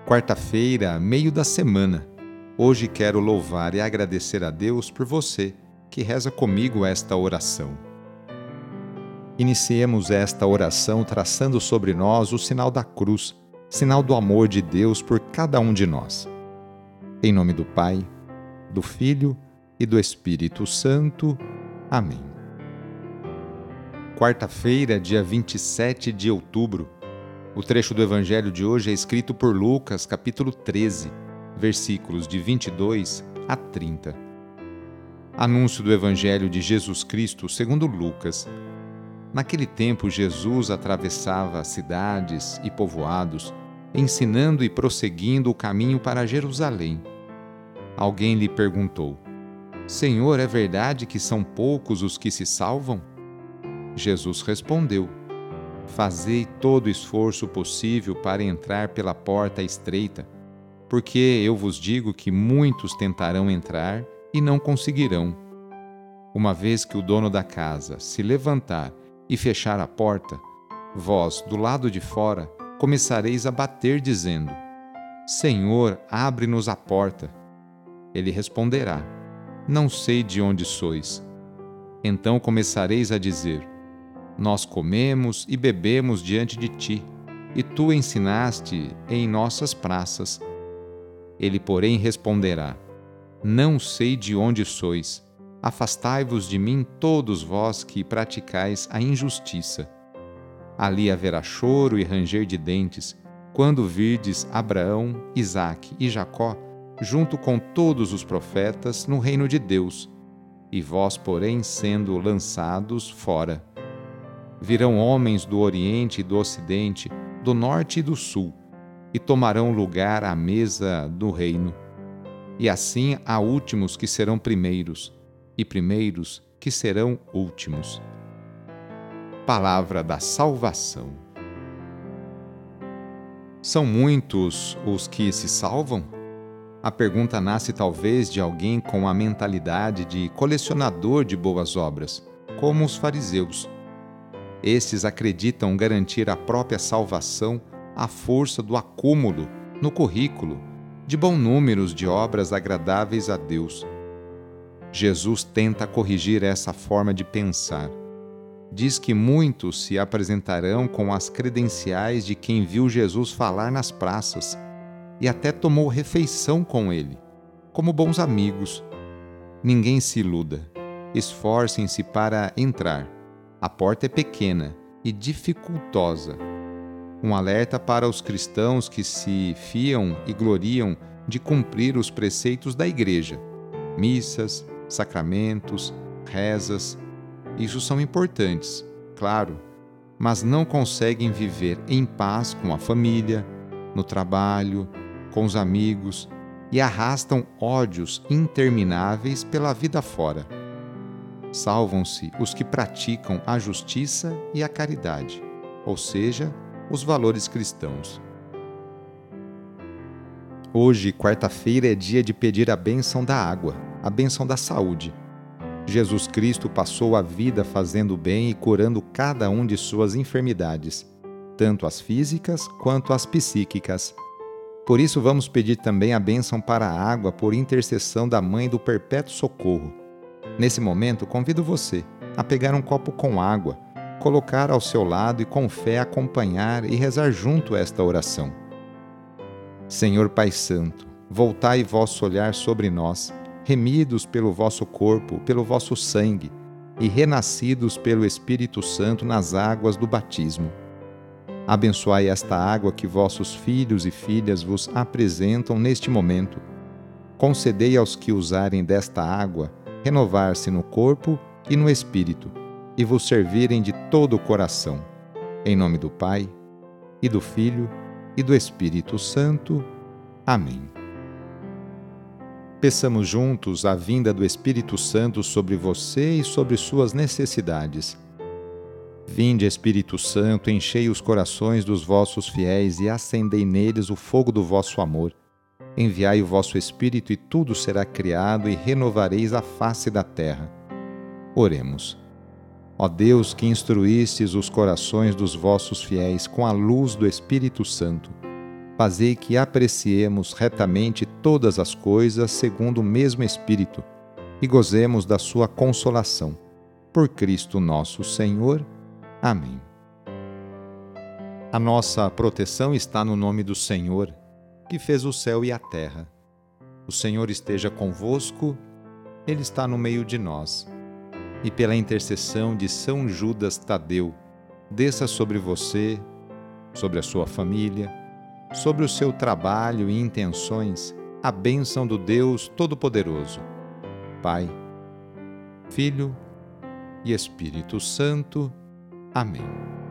Quarta-feira, meio da semana. Hoje quero louvar e agradecer a Deus por você que reza comigo esta oração. Iniciemos esta oração traçando sobre nós o sinal da cruz, sinal do amor de Deus por cada um de nós. Em nome do Pai, do Filho e do Espírito Santo. Amém. Quarta-feira, dia 27 de outubro. O trecho do Evangelho de hoje é escrito por Lucas, capítulo 13, versículos de 22 a 30. Anúncio do Evangelho de Jesus Cristo segundo Lucas. Naquele tempo, Jesus atravessava cidades e povoados, ensinando e prosseguindo o caminho para Jerusalém. Alguém lhe perguntou: Senhor, é verdade que são poucos os que se salvam? Jesus respondeu: Fazei todo o esforço possível para entrar pela porta estreita, porque eu vos digo que muitos tentarão entrar e não conseguirão. Uma vez que o dono da casa se levantar e fechar a porta, vós, do lado de fora, começareis a bater, dizendo: Senhor, abre-nos a porta. Ele responderá: Não sei de onde sois. Então começareis a dizer: Nós comemos e bebemos diante de ti, e tu ensinaste em nossas praças. Ele, porém, responderá: Não sei de onde sois. Afastai-vos de mim, todos vós que praticais a injustiça. Ali haverá choro e ranger de dentes, quando virdes Abraão, Isaque e Jacó, junto com todos os profetas, no reino de Deus, e vós, porém, sendo lançados fora. Virão homens do Oriente e do Ocidente, do Norte e do Sul, e tomarão lugar à mesa do reino. E assim há últimos que serão primeiros, e primeiros que serão últimos. Palavra da salvação. São muitos os que se salvam? A pergunta nasce talvez de alguém com a mentalidade de colecionador de boas obras, como os fariseus. Estes acreditam garantir a própria salvação à força do acúmulo, no currículo, de bons números de obras agradáveis a Deus. Jesus tenta corrigir essa forma de pensar. Diz que muitos se apresentarão com as credenciais de quem viu Jesus falar nas praças e até tomou refeição com ele, como bons amigos. Ninguém se iluda. Esforcem-se para entrar. A porta é pequena e dificultosa. Um alerta para os cristãos que se fiam e gloriam de cumprir os preceitos da igreja. Missas, sacramentos, rezas. Isso são importantes, claro, mas não conseguem viver em paz com a família, no trabalho, com os amigos e arrastam ódios intermináveis pela vida fora. Salvam-se os que praticam a justiça e a caridade, ou seja, os valores cristãos. Hoje, quarta-feira, é dia de pedir a bênção da água, a bênção da saúde. Jesus Cristo passou a vida fazendo bem e curando cada um de suas enfermidades, tanto as físicas quanto as psíquicas. Por isso, vamos pedir também a bênção para a água por intercessão da Mãe do Perpétuo Socorro. Nesse momento, convido você a pegar um copo com água, colocar ao seu lado e com fé acompanhar e rezar junto esta oração. Senhor Pai Santo, voltai vosso olhar sobre nós, remidos pelo vosso corpo, pelo vosso sangue, e renascidos pelo Espírito Santo nas águas do batismo. Abençoai esta água que vossos filhos e filhas vos apresentam neste momento. Concedei aos que usarem desta água renovar-se no corpo e no espírito, e vos servirem de todo o coração. Em nome do Pai, e do Filho, e do Espírito Santo. Amém. Peçamos juntos a vinda do Espírito Santo sobre você e sobre suas necessidades. Vinde, Espírito Santo, enchei os corações dos vossos fiéis e acendei neles o fogo do vosso amor. Enviai o vosso Espírito e tudo será criado e renovareis a face da terra. Oremos. Ó Deus, que instruístes os corações dos vossos fiéis com a luz do Espírito Santo, fazei que apreciemos retamente todas as coisas segundo o mesmo Espírito e gozemos da sua consolação. Por Cristo nosso Senhor. Amém. A nossa proteção está no nome do Senhor, que fez o céu e a terra. O Senhor esteja convosco, Ele está no meio de nós. E pela intercessão de São Judas Tadeu, desça sobre você, sobre a sua família, sobre o seu trabalho e intenções, a bênção do Deus Todo-Poderoso, Pai, Filho e Espírito Santo. Amém.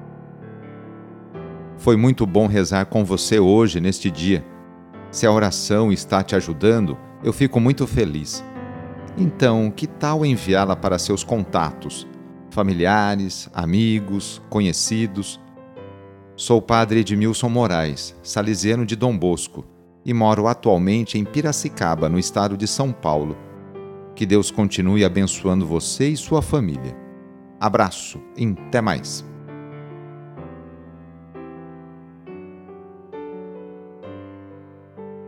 Foi muito bom rezar com você hoje, neste dia. Se a oração está te ajudando, eu fico muito feliz. Então, que tal enviá-la para seus contatos, familiares, amigos, conhecidos? Sou o padre Edmilson Moraes, salesiano de Dom Bosco, e moro atualmente em Piracicaba, no estado de São Paulo. Que Deus continue abençoando você e sua família. Abraço e até mais.